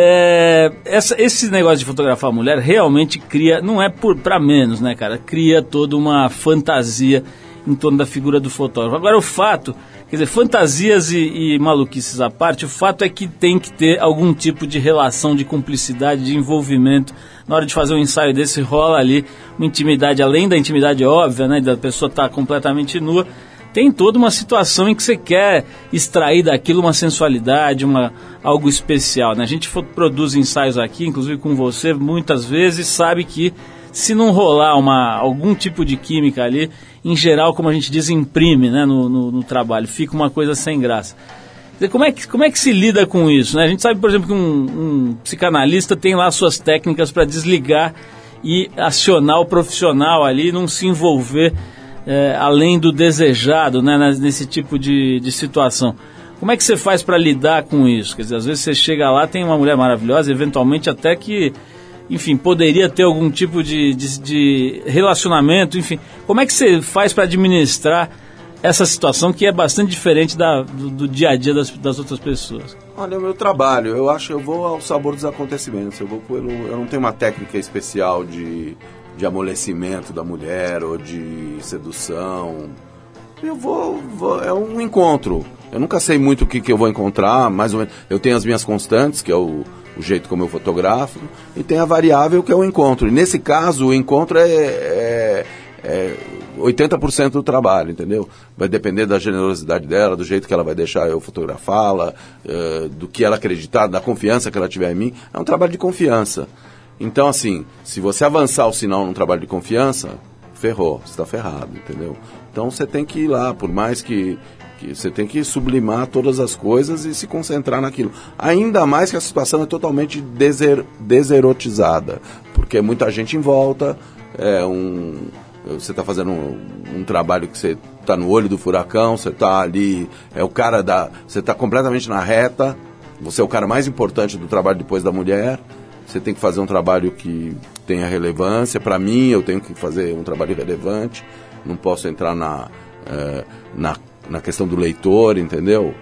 é, essa, esse negócio de fotografar a mulher realmente cria, não é para menos, né, cara? Cria toda uma fantasia em torno da figura do fotógrafo. Agora, o fato... Quer dizer, fantasias e, e maluquices à parte, o fato é que tem que ter algum tipo de relação, de cumplicidade, de envolvimento. Na hora de fazer um ensaio desse, rola ali uma intimidade, além da intimidade óbvia, né, da pessoa estar completamente nua, tem toda uma situação em que você quer extrair daquilo uma sensualidade, uma, algo especial, né? A gente produz ensaios aqui, inclusive com você, muitas vezes, sabe que se não rolar uma, algum tipo de química ali, em geral, como a gente diz, imprime, né, no, no, no trabalho, fica uma coisa sem graça. Como é que, como é que se lida com isso, né? A gente sabe, por exemplo, que um, um psicanalista tem lá suas técnicas para desligar e acionar o profissional ali, não se envolver é, além do desejado, né, nesse tipo de, de situação. Como é que você faz para lidar com isso? Quer dizer, às vezes você chega lá, tem uma mulher maravilhosa, eventualmente até que... enfim, poderia ter algum tipo de, de, de relacionamento, enfim. Como é que você faz para administrar essa situação que é bastante diferente da, do, do dia a dia das, das outras pessoas? Olha, o meu trabalho, eu acho que eu vou ao sabor dos acontecimentos. Eu, vou pelo, eu não tenho uma técnica especial de, de amolecimento da mulher ou de sedução. Eu vou, vou, é um encontro. Eu nunca sei muito o que, que eu vou encontrar, mais ou menos. Eu tenho as minhas constantes, que é o... o jeito como eu fotografo, e tem a variável que é o encontro. E nesse caso, o encontro é, é, é oitenta por cento do trabalho, entendeu? Vai depender da generosidade dela, do jeito que ela vai deixar eu fotografá-la, uh, do que ela acreditar, da confiança que ela tiver em mim. É um trabalho de confiança. Então, assim, se você avançar o sinal num trabalho de confiança, ferrou, você está ferrado, entendeu? Então, você tem que ir lá, por mais que... que você tem que sublimar todas as coisas e se concentrar naquilo. Ainda mais que a situação é totalmente deser, deserotizada, porque muita gente em volta, é um, você está fazendo um, um trabalho que você está no olho do furacão, você está ali, é o cara da, você está completamente na reta, você é o cara mais importante do trabalho depois da mulher, você tem que fazer um trabalho que tenha relevância. Para mim, eu tenho que fazer um trabalho relevante, não posso entrar na, é, na na questão do leitor, entendeu?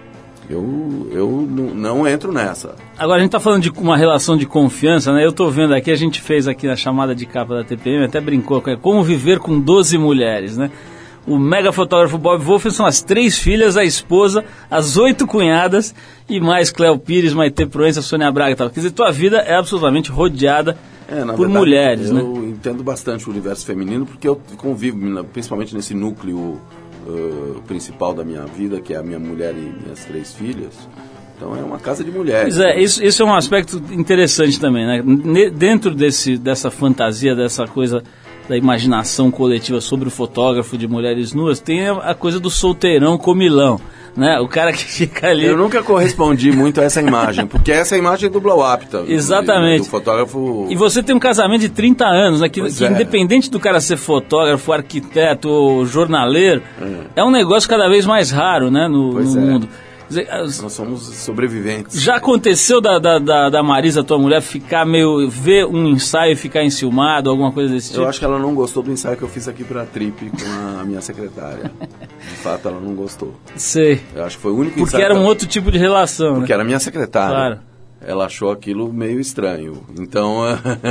Eu, eu não, não entro nessa. Agora, a gente está falando de uma relação de confiança, né? Eu estou vendo aqui, a gente fez aqui na chamada de capa da T P M, até brincou, é como viver com doze mulheres, né? O mega fotógrafo Bob Wolfenson são as três filhas, a esposa, as oito cunhadas e mais Cléo Pires, Maite Proença, Sônia Braga e tal. Quer dizer, tua vida é absolutamente rodeada é, por verdade, mulheres, eu né? Eu entendo bastante o universo feminino, porque eu convivo, principalmente nesse núcleo... Uh, principal da minha vida, que é a minha mulher e minhas três filhas. Então é uma casa de mulheres. Pois é, isso, isso é um aspecto interessante também, né? Ne, dentro desse, dessa fantasia, dessa coisa da imaginação coletiva sobre o fotógrafo de mulheres nuas, tem a, a coisa do solteirão comilão, né? O cara que fica ali... Eu nunca correspondi muito a essa imagem, porque essa é a imagem do blow-up. Tá? Exatamente. Do, do fotógrafo... E você tem um casamento de trinta anos, né? Que, que é. independente do cara ser fotógrafo, arquiteto ou jornaleiro, é, é um negócio cada vez mais raro, né? No, no é. mundo. Nós somos sobreviventes. Já aconteceu da, da, da, da Marisa, tua mulher, ficar meio... ver um ensaio e ficar enciumado, alguma coisa desse tipo? Eu acho que ela não gostou do ensaio que eu fiz aqui pra Trip com a minha secretária. De fato, ela não gostou. Sei. Eu acho que foi o único Porque ensaio... era um ela... outro tipo de relação, Porque né? era minha secretária. Claro. Ela achou aquilo meio estranho. Então,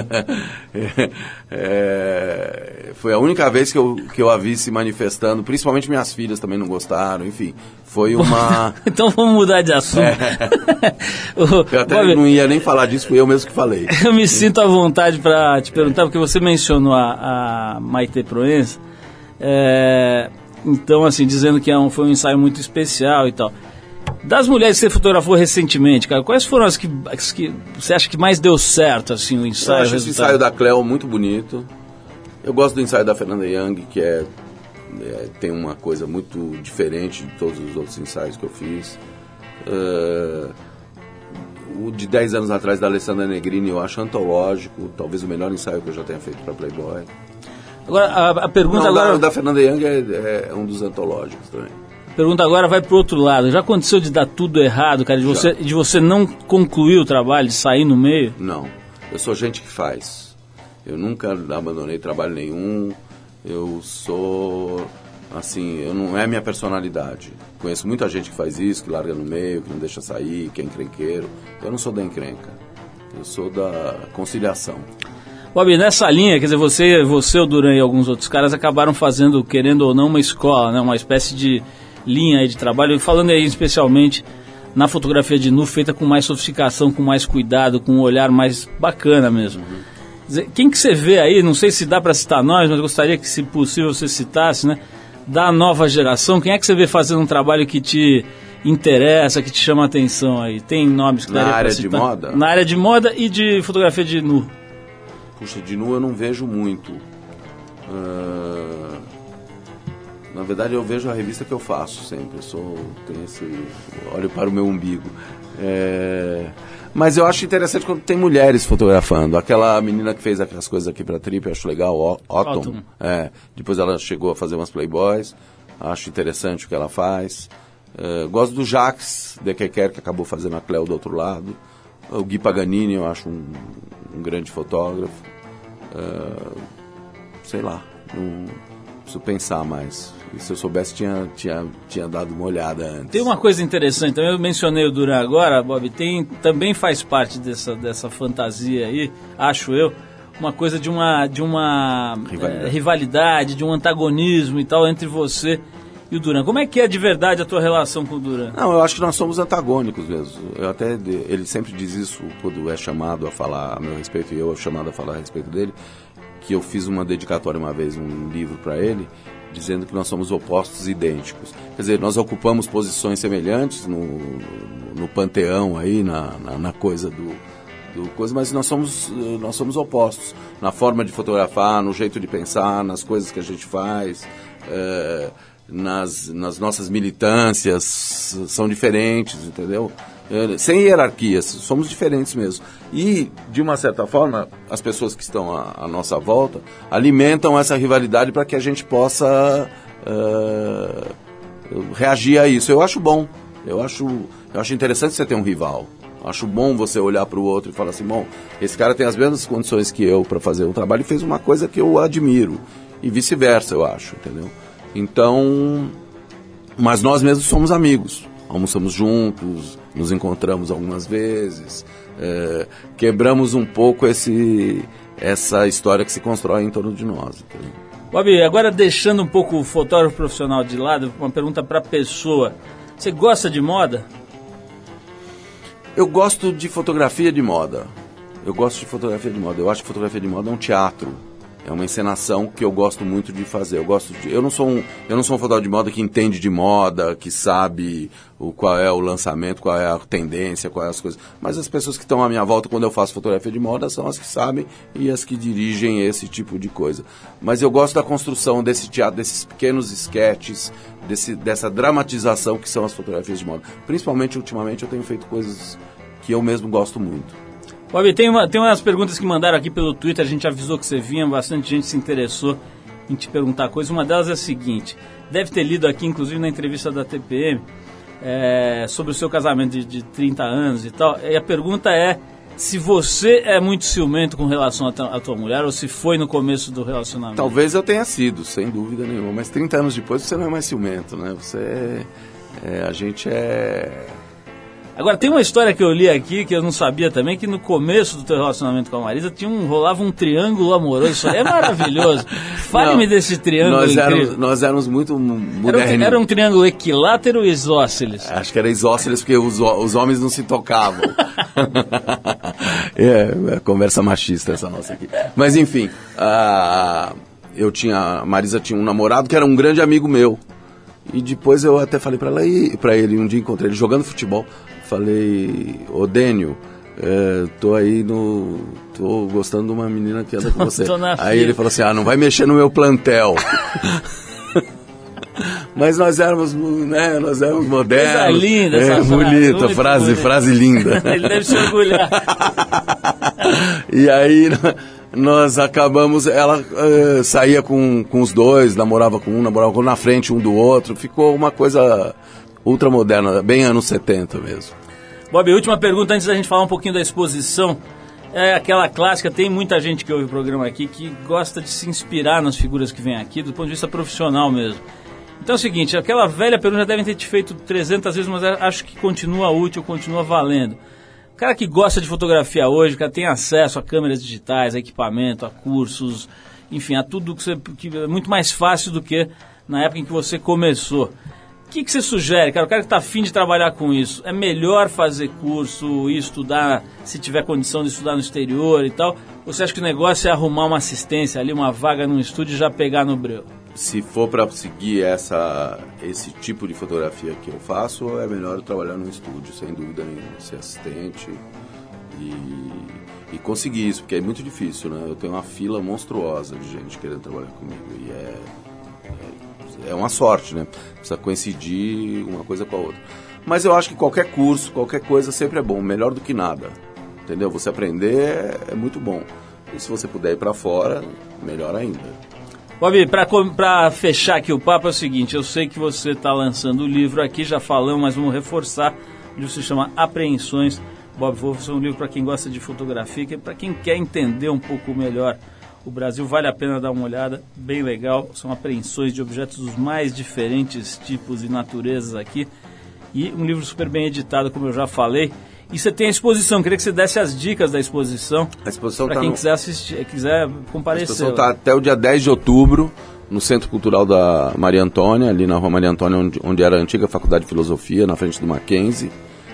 é, foi a única vez que eu, que eu a vi se manifestando. Principalmente minhas filhas também não gostaram. Enfim, foi uma... Então vamos mudar de assunto. É. Eu até Bob, não ia nem falar disso, fui eu mesmo que falei. Eu me sinto à vontade para te perguntar, porque você mencionou a, a Maite Proença. É, então, assim, dizendo que é um, foi um ensaio muito especial e tal. Das mulheres que você fotografou recentemente, cara, quais foram as que, as que você acha que mais deu certo, assim, o ensaio? Eu acho esse ensaio da Cléo muito bonito. Eu gosto do ensaio da Fernanda Young, que é, é, tem uma coisa muito diferente de todos os outros ensaios que eu fiz. Uh, o de dez anos atrás da Alessandra Negrini eu acho antológico, talvez o melhor ensaio que eu já tenha feito para Playboy. Agora, a, a pergunta Não, agora... O da Fernanda Young é, é um dos antológicos também. Pergunta agora vai pro outro lado. Já aconteceu de dar tudo errado, cara? De você, de você não concluir o trabalho, de sair no meio? Não. Eu sou gente que faz. Eu nunca abandonei trabalho nenhum. Eu sou... Assim, eu não é minha personalidade. Conheço muita gente que faz isso, que larga no meio, que não deixa sair, que é encrenqueiro. Eu não sou da encrenca. Eu sou da conciliação. Bob, nessa linha, quer dizer, você, você, o Duran e alguns outros caras acabaram fazendo, querendo ou não, uma escola, né? Uma espécie de linha aí de trabalho, falando aí especialmente na fotografia de nu, feita com mais sofisticação, com mais cuidado, com um olhar mais bacana mesmo. Uhum. Quer dizer, quem que você vê aí, não sei se dá para citar nós, mas gostaria que, se possível, você citasse, né? Da nova geração, quem é que você vê fazendo um trabalho que te interessa, que te chama a atenção aí? Tem nomes que daria pra citar? Na área de moda? Na área de moda e de fotografia de nu. Puxa, de nu eu não vejo muito. Uh, na verdade, eu vejo a revista que eu faço sempre. Eu sou, tenho esse, olho para o meu umbigo. É, mas eu acho interessante quando tem mulheres fotografando. Aquela menina que fez aquelas coisas aqui pra Trip, eu acho legal, o, Autumn. Autumn. É, depois ela chegou a fazer umas Playboys. Acho interessante o que ela faz. Uh, gosto do Jacques Dequequer, que acabou fazendo a Cleo do outro lado. O Gui Paganini, eu acho um, um grande fotógrafo. Uh, sei lá, não preciso pensar mais. E se eu soubesse, tinha, tinha, tinha dado uma olhada antes. Tem uma coisa interessante, também eu mencionei o Duran agora, Bob, tem, também faz parte dessa, dessa fantasia aí, acho eu, uma coisa de uma, de uma rivalidade. É, rivalidade, de um antagonismo e tal entre você e o Duran. Como é que é de verdade a tua relação com o Duran? Não, eu acho que nós somos antagônicos mesmo. Eu até, ele sempre diz isso quando é chamado a falar a meu respeito, e eu é chamado a falar a respeito dele, que eu fiz uma dedicatória uma vez, um livro para ele, dizendo que nós somos opostos idênticos. Quer dizer, nós ocupamos posições semelhantes no, no panteão aí, na, na, na coisa do, do coisa, mas nós somos, nós somos opostos. Na forma de fotografar, no jeito de pensar, nas coisas que a gente faz, é, nas, nas nossas militâncias, são diferentes, entendeu? É, sem hierarquias, somos diferentes mesmo. E, de uma certa forma, as pessoas que estão à, à nossa volta alimentam essa rivalidade para que a gente possa uh, reagir a isso. Eu acho bom, eu acho, eu acho interessante você ter um rival. Acho bom você olhar para o outro e falar assim, bom, esse cara tem as mesmas condições que eu para fazer um trabalho e fez uma coisa que eu admiro. E vice-versa, eu acho, entendeu? Então, mas nós mesmos somos amigos. Almoçamos juntos, nos encontramos algumas vezes, é, quebramos um pouco esse, essa história que se constrói em torno de nós. Entendeu? Bob, agora deixando um pouco o fotógrafo profissional de lado, uma pergunta para a pessoa. Você gosta de moda? Eu gosto de fotografia de moda. Eu gosto de fotografia de moda. Eu acho que fotografia de moda é um teatro. É uma encenação que eu gosto muito de fazer. Eu gosto de, eu não sou um, eu não sou um fotógrafo de moda que entende de moda, que sabe o, qual é o lançamento, qual é a tendência, quais é as coisas. Mas as pessoas que estão à minha volta quando eu faço fotografia de moda são as que sabem e as que dirigem esse tipo de coisa. Mas eu gosto da construção desse teatro, desses pequenos esquetes, desse, dessa dramatização que são as fotografias de moda. Principalmente, ultimamente, eu tenho feito coisas que eu mesmo gosto muito. Bob, tem, uma, tem umas perguntas que mandaram aqui pelo Twitter, a gente avisou que você vinha, bastante gente se interessou em te perguntar coisas. Uma delas é a seguinte, deve ter lido aqui, inclusive na entrevista da T P M, é, sobre o seu casamento de, de trinta anos e tal, e a pergunta é se você é muito ciumento com relação à tua mulher ou se foi no começo do relacionamento. Talvez eu tenha sido, sem dúvida nenhuma, mas trinta anos depois você não é mais ciumento, né? Você é, é, a gente é... Agora, tem uma história que eu li aqui, que eu não sabia também, que no começo do teu relacionamento com a Marisa tinha um, rolava um triângulo amoroso. Isso aí é maravilhoso. Fale-me desse triângulo nós incrível. Éramos, nós éramos muito modernos. Era, um, era um triângulo equilátero ou isósceles? Acho que era isósceles, porque os, os homens não se tocavam. é, é conversa machista essa nossa aqui. Mas, enfim, a, eu tinha, a Marisa tinha um namorado que era um grande amigo meu. E depois eu até falei pra ela e para ele, um dia encontrei ele jogando futebol. Falei, ô Dênio, é, tô aí no... tô gostando de uma menina que anda com você. Aí ele falou assim, ah, não vai mexer no meu plantel. Mas nós éramos, né, nós éramos modernos. Coisa linda essa é, frase. Bonita, frase, frase linda. Ele deve se orgulhar. E aí, nós acabamos, ela uh, saía com, com os dois, namorava com um, namorava com um na frente um do outro, ficou uma coisa ultramoderna, bem anos setenta mesmo. Bob, última pergunta antes da gente falar um pouquinho da exposição. É aquela clássica, tem muita gente que ouve o programa aqui que gosta de se inspirar nas figuras que vêm aqui, do ponto de vista profissional mesmo. Então é o seguinte, aquela velha pergunta já devem ter te feito trezentas vezes, mas acho que continua útil, continua valendo. O cara que gosta de fotografia hoje, o cara tem acesso a câmeras digitais, a equipamento, a cursos, enfim, a tudo que, você, que é muito mais fácil do que na época em que você começou. O que, que você sugere, cara? O cara que está afim de trabalhar com isso, é melhor fazer curso e estudar, se tiver condição de estudar no exterior e tal? Ou você acha que o negócio é arrumar uma assistência ali, uma vaga num estúdio e já pegar no breu? Se for para seguir essa, esse tipo de fotografia que eu faço, é melhor trabalhar num estúdio, sem dúvida nenhuma, ser assistente e, e conseguir isso, porque é muito difícil, né? Eu tenho uma fila monstruosa de gente querendo trabalhar comigo e é... é É uma sorte, né? Precisa coincidir uma coisa com a outra. Mas eu acho que qualquer curso, qualquer coisa sempre é bom, melhor do que nada. Entendeu? Você aprender é muito bom. E se você puder ir para fora, melhor ainda. Bob, para fechar aqui o papo é o seguinte, eu sei que você está lançando o livro aqui, já falamos, mas vamos reforçar. O livro se chama Apreensões. Bob Wolfenson é um livro para quem gosta de fotografia, que é para quem quer entender um pouco melhor o Brasil, vale a pena dar uma olhada, bem legal. São apreensões de objetos dos mais diferentes tipos e naturezas aqui. E um livro super bem editado, como eu já falei. E você tem a exposição, queria que você desse as dicas da exposição. A exposição para tá quem no... quiser assistir, quiser comparecer. A exposição está até o dia dez de outubro, no Centro Cultural da Maria Antônia, ali na Rua Maria Antônia, onde, onde era a antiga Faculdade de Filosofia, na frente do Mackenzie.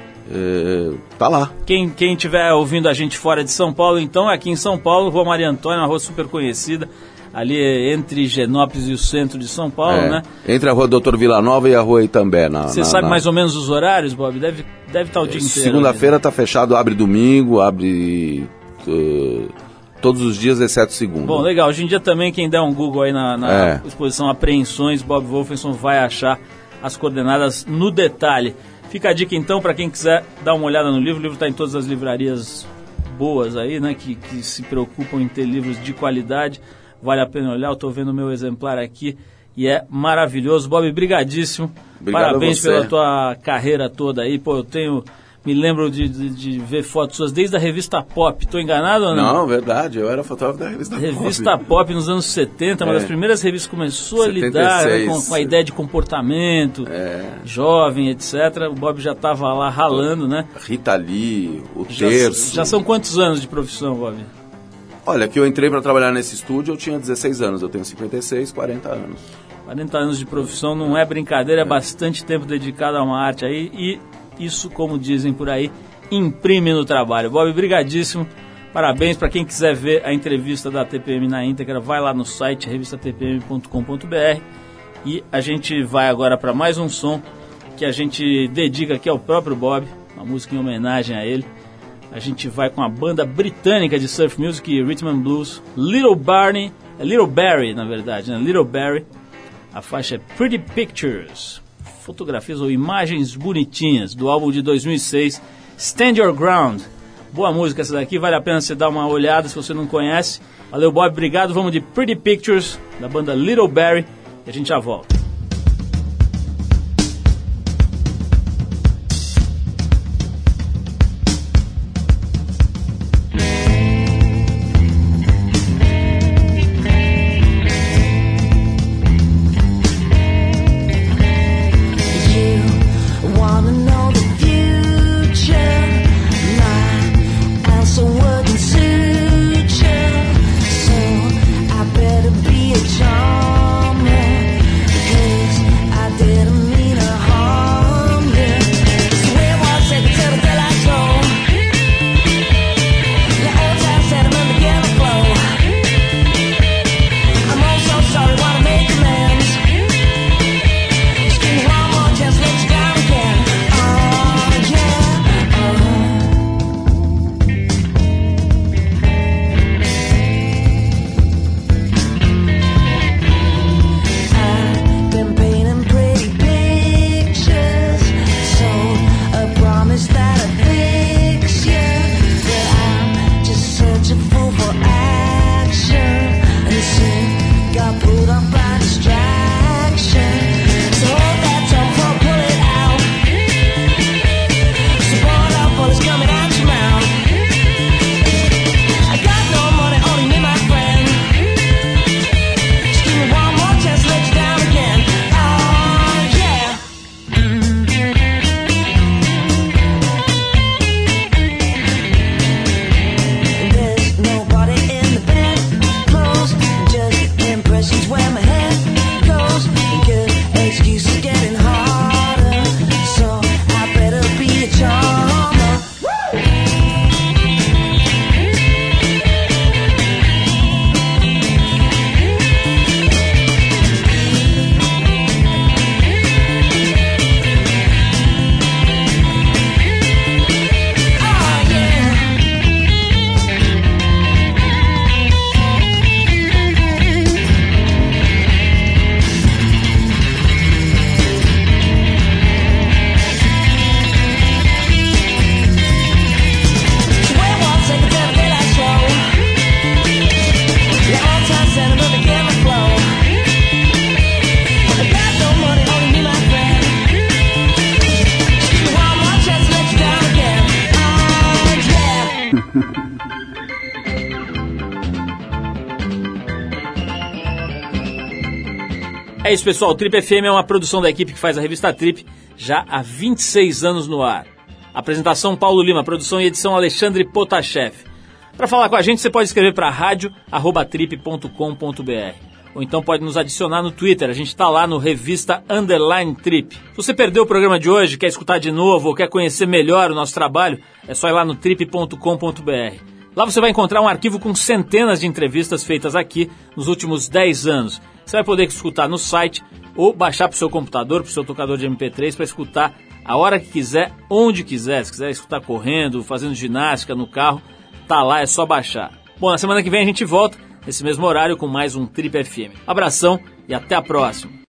É, tá lá. Quem quem estiver ouvindo a gente fora de São Paulo, então, aqui em São Paulo, Rua Maria Antônia, uma rua super conhecida, ali entre Higienópolis e o centro de São Paulo, é, né? Entre a Rua Doutor Vila Nova e a Rua Itambé. Você na, sabe na... mais ou menos os horários, Bob? Deve, deve estar o dia inteiro. Segunda-feira está fechado, abre domingo, abre uh, todos os dias, exceto segunda. Bom, legal. Hoje em dia também, quem der um Google aí na, na é. exposição Apreensões, Bob Wolfenson vai achar as coordenadas no detalhe. Fica a dica então para quem quiser dar uma olhada no livro. O livro está em todas as livrarias boas aí, né? Que, que se preocupam em ter livros de qualidade. Vale a pena olhar. Eu estou vendo o meu exemplar aqui e é maravilhoso. Bob, brigadíssimo. Obrigado. Parabéns a você. pela tua carreira toda aí. Pô, eu tenho... Me lembro de, de, de ver fotos suas desde a revista Pop. Estou enganado ou não? Não, verdade. Eu era fotógrafo da revista Pop. Revista Pop nos anos setenta, uma é. das primeiras revistas que começou a setenta e lidar seis. com, com a ideia de comportamento, é. jovem, etcétera. O Bob já estava lá ralando, né? Rita Lee, o já, Terço. Já são quantos anos de profissão, Bob? Olha, que eu entrei para trabalhar nesse estúdio, eu tinha dezesseis anos. Eu tenho cinquenta e seis, quarenta anos. quarenta anos de profissão não é brincadeira, é, é bastante tempo dedicado a uma arte aí. E isso, como dizem por aí, imprime no trabalho. Bob, brigadíssimo. Parabéns. Para quem quiser ver a entrevista da T P M na íntegra, vai lá no site revista t p m ponto com ponto b r. E a gente vai agora para mais um som que a gente dedica aqui ao próprio Bob, uma música em homenagem a ele. A gente vai com a banda britânica de surf music e rhythm and blues, Little Barney, é Little Barry, na verdade, né? Little Barry. A faixa é Pretty Pictures, fotografias ou imagens bonitinhas, do álbum de dois mil e seis, Stand Your Ground. Boa música essa daqui, vale a pena você dar uma olhada se você não conhece. Valeu, Bob, obrigado. Vamos de Pretty Pictures, da banda Little Barry, e a gente já volta. Charmer, É isso, pessoal. O Trip F M é uma produção da equipe que faz a revista Trip já há vinte e seis anos no ar. Apresentação Paulo Lima, produção e edição Alexandre Potashev. Para falar com a gente, você pode escrever para rádio arroba trip ponto com ponto b r. Ou então pode nos adicionar no Twitter, a gente está lá no Revista Underline Trip. Se você perdeu o programa de hoje, quer escutar de novo ou quer conhecer melhor o nosso trabalho, é só ir lá no trip ponto com ponto b r. Lá você vai encontrar um arquivo com centenas de entrevistas feitas aqui nos últimos dez anos. Você vai poder escutar no site ou baixar para o seu computador, para o seu tocador de M P três, para escutar a hora que quiser, onde quiser. Se quiser escutar correndo, fazendo ginástica no carro, tá lá, é só baixar. Bom, na semana que vem a gente volta, nesse mesmo horário, com mais um Trip F M. Abração e até a próxima.